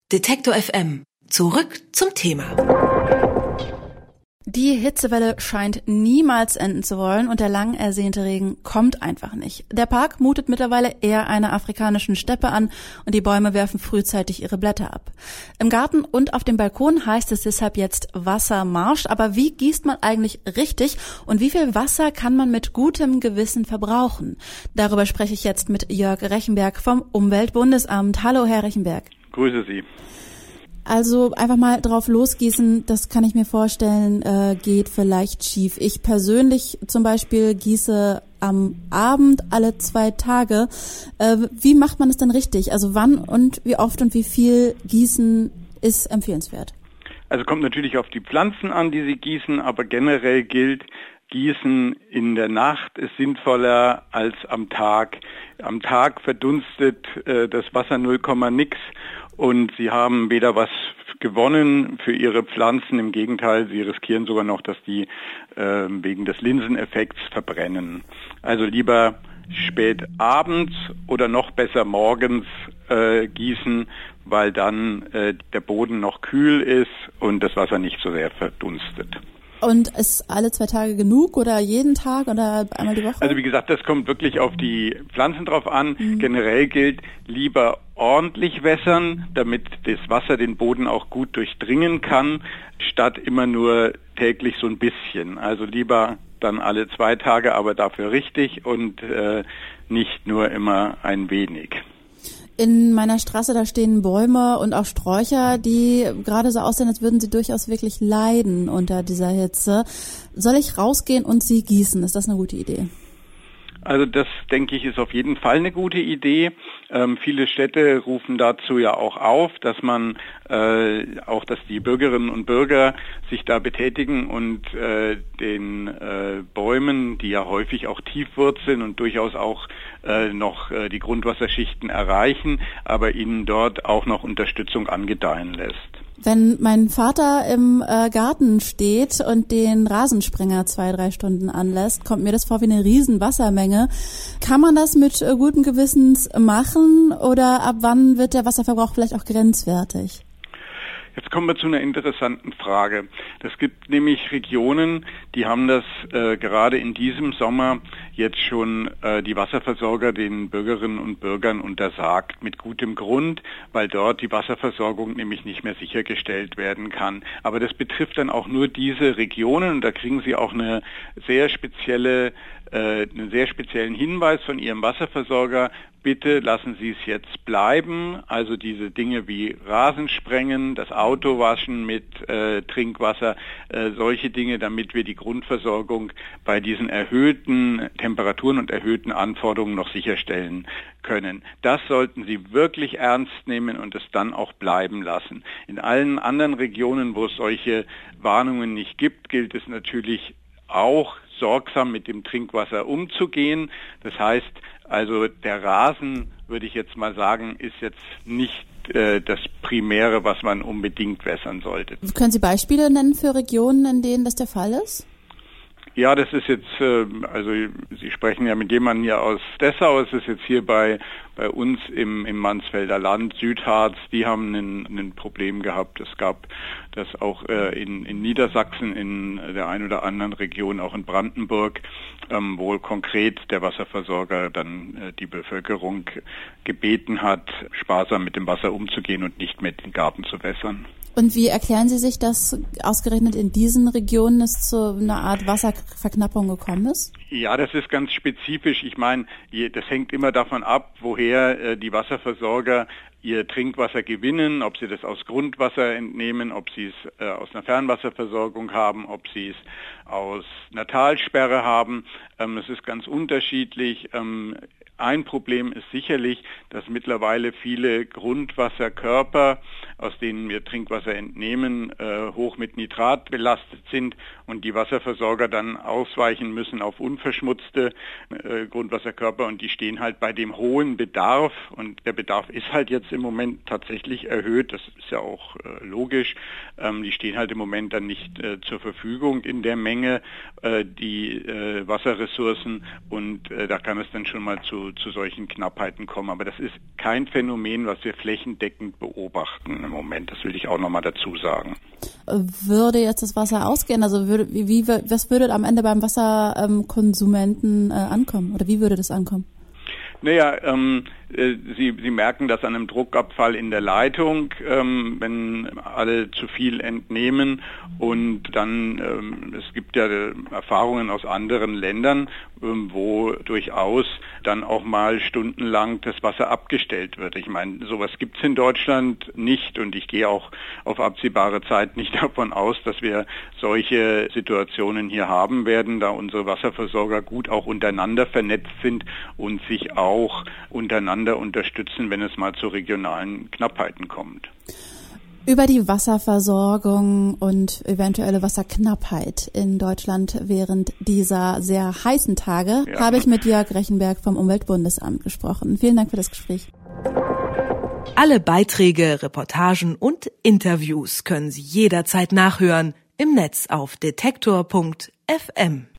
Detektor FM. Zurück zum Thema. Die Hitzewelle scheint niemals enden zu wollen und der lang ersehnte Regen kommt einfach nicht. Der Park mutet mittlerweile eher einer afrikanischen Steppe an und die Bäume werfen frühzeitig ihre Blätter ab. Im Garten und auf dem Balkon heißt es deshalb jetzt Wassermarsch. Aber wie gießt man eigentlich richtig und wie viel Wasser kann man mit gutem Gewissen verbrauchen? Darüber spreche ich jetzt mit Jörg Rechenberg vom Umweltbundesamt. Hallo, Herr Rechenberg. Grüße Sie. Also einfach mal drauf losgießen, das kann ich mir vorstellen, geht vielleicht schief. Ich persönlich zum Beispiel gieße am Abend alle 2 Tage. Wie macht man es denn richtig? Also wann und wie oft und wie viel gießen ist empfehlenswert? Also kommt natürlich auf die Pflanzen an, die Sie gießen, aber generell gilt, Gießen in der Nacht ist sinnvoller als am Tag. Am Tag verdunstet das Wasser 0, nix und Sie haben weder was gewonnen für Ihre Pflanzen, im Gegenteil, Sie riskieren sogar noch, dass die wegen des Linseneffekts verbrennen. Also lieber spät abends oder noch besser morgens gießen, weil dann der Boden noch kühl ist und das Wasser nicht so sehr verdunstet. Und ist alle 2 Tage genug oder jeden Tag oder einmal die Woche? Also wie gesagt, das kommt wirklich auf die Pflanzen drauf an. Generell gilt, lieber ordentlich wässern, damit das Wasser den Boden auch gut durchdringen kann, statt immer nur täglich so ein bisschen. Also lieber dann alle 2 Tage, aber dafür richtig und nicht nur immer ein wenig. In meiner Straße, da stehen Bäume und auch Sträucher, die gerade so aussehen, als würden sie durchaus wirklich leiden unter dieser Hitze. Soll ich rausgehen und sie gießen? Ist das eine gute Idee? Also das, denke ich, ist auf jeden Fall eine gute Idee. Viele Städte rufen dazu ja auch auf, dass man dass die Bürgerinnen und Bürger sich da betätigen und den Bäumen, die ja häufig auch tiefwurzeln und durchaus auch noch die Grundwasserschichten erreichen, aber ihnen dort auch noch Unterstützung angedeihen lässt. Wenn mein Vater im Garten steht und den Rasensprenger 2-3 Stunden anlässt, kommt mir das vor wie eine riesen Wassermenge. Kann man das mit gutem Gewissens machen oder ab wann wird der Wasserverbrauch vielleicht auch grenzwertig? Jetzt kommen wir zu einer interessanten Frage. Es gibt nämlich Regionen, die haben das gerade in diesem Sommer jetzt schon die Wasserversorger den Bürgerinnen und Bürgern untersagt. Mit gutem Grund, weil dort die Wasserversorgung nämlich nicht mehr sichergestellt werden kann. Aber das betrifft dann auch nur diese Regionen und da kriegen Sie auch einen sehr speziellen Hinweis von Ihrem Wasserversorger. Bitte lassen Sie es jetzt bleiben. Also diese Dinge wie Rasensprengen, das Auto waschen mit Trinkwasser, solche Dinge, damit wir die Grundversorgung bei diesen erhöhten Temperaturen und erhöhten Anforderungen noch sicherstellen können. Das sollten Sie wirklich ernst nehmen und es dann auch bleiben lassen. In allen anderen Regionen, wo es solche Warnungen nicht gibt, gilt es natürlich auch sorgsam mit dem Trinkwasser umzugehen. Das heißt, also der Rasen, würde ich jetzt mal sagen, ist jetzt nicht das Primäre, was man unbedingt wässern sollte. Können Sie Beispiele nennen für Regionen, in denen das der Fall ist? Ja, das ist jetzt, also Sie sprechen ja mit jemandem hier aus Dessau, es ist jetzt hier bei uns im Mansfelder Land, Südharz, die haben ein Problem gehabt. Es gab das auch in Niedersachsen, in der einen oder anderen Region, auch in Brandenburg, wo konkret der Wasserversorger dann die Bevölkerung gebeten hat, sparsam mit dem Wasser umzugehen und nicht mit dem Garten zu wässern. Und wie erklären Sie sich, dass ausgerechnet in diesen Regionen es zu einer Art Wasserverknappung gekommen ist? Ja, das ist ganz spezifisch. Ich meine, das hängt immer davon ab, woher die Wasserversorger ihr Trinkwasser gewinnen, ob sie das aus Grundwasser entnehmen, ob sie es aus einer Fernwasserversorgung haben, ob sie es aus einer Talsperre haben. Es ist ganz unterschiedlich. Ein Problem ist sicherlich, dass mittlerweile viele Grundwasserkörper, aus denen wir Trinkwasser entnehmen, hoch mit Nitrat belastet sind und die Wasserversorger dann ausweichen müssen auf unverschmutzte Grundwasserkörper und die stehen halt bei dem hohen Bedarf und der Bedarf ist halt jetzt im Moment tatsächlich erhöht, das ist ja auch logisch, die stehen halt im Moment dann nicht zur Verfügung in der Menge, die Wasserressourcen und da kann es dann schon mal zu solchen Knappheiten kommen. Aber das ist kein Phänomen, was wir flächendeckend beobachten. im Moment. Das will ich auch nochmal dazu sagen. Würde jetzt das Wasser ausgehen? Also was würde am Ende beim Wasserkonsumenten ankommen? Oder wie würde das ankommen? Naja, Sie merken das an einem Druckabfall in der Leitung, wenn alle zu viel entnehmen und dann, es gibt ja Erfahrungen aus anderen Ländern, wo durchaus dann auch mal stundenlang das Wasser abgestellt wird. Ich meine, sowas gibt's in Deutschland nicht und ich gehe auch auf absehbare Zeit nicht davon aus, dass wir solche Situationen hier haben werden, da unsere Wasserversorger gut auch untereinander vernetzt sind und sich auch untereinander unterstützen, wenn es mal zu regionalen Knappheiten kommt. Über die Wasserversorgung und eventuelle Wasserknappheit in Deutschland während dieser sehr heißen Tage habe ich mit Jörg Rechenberg vom Umweltbundesamt gesprochen. Vielen Dank für das Gespräch. Alle Beiträge, Reportagen und Interviews können Sie jederzeit nachhören im Netz auf detektor.fm.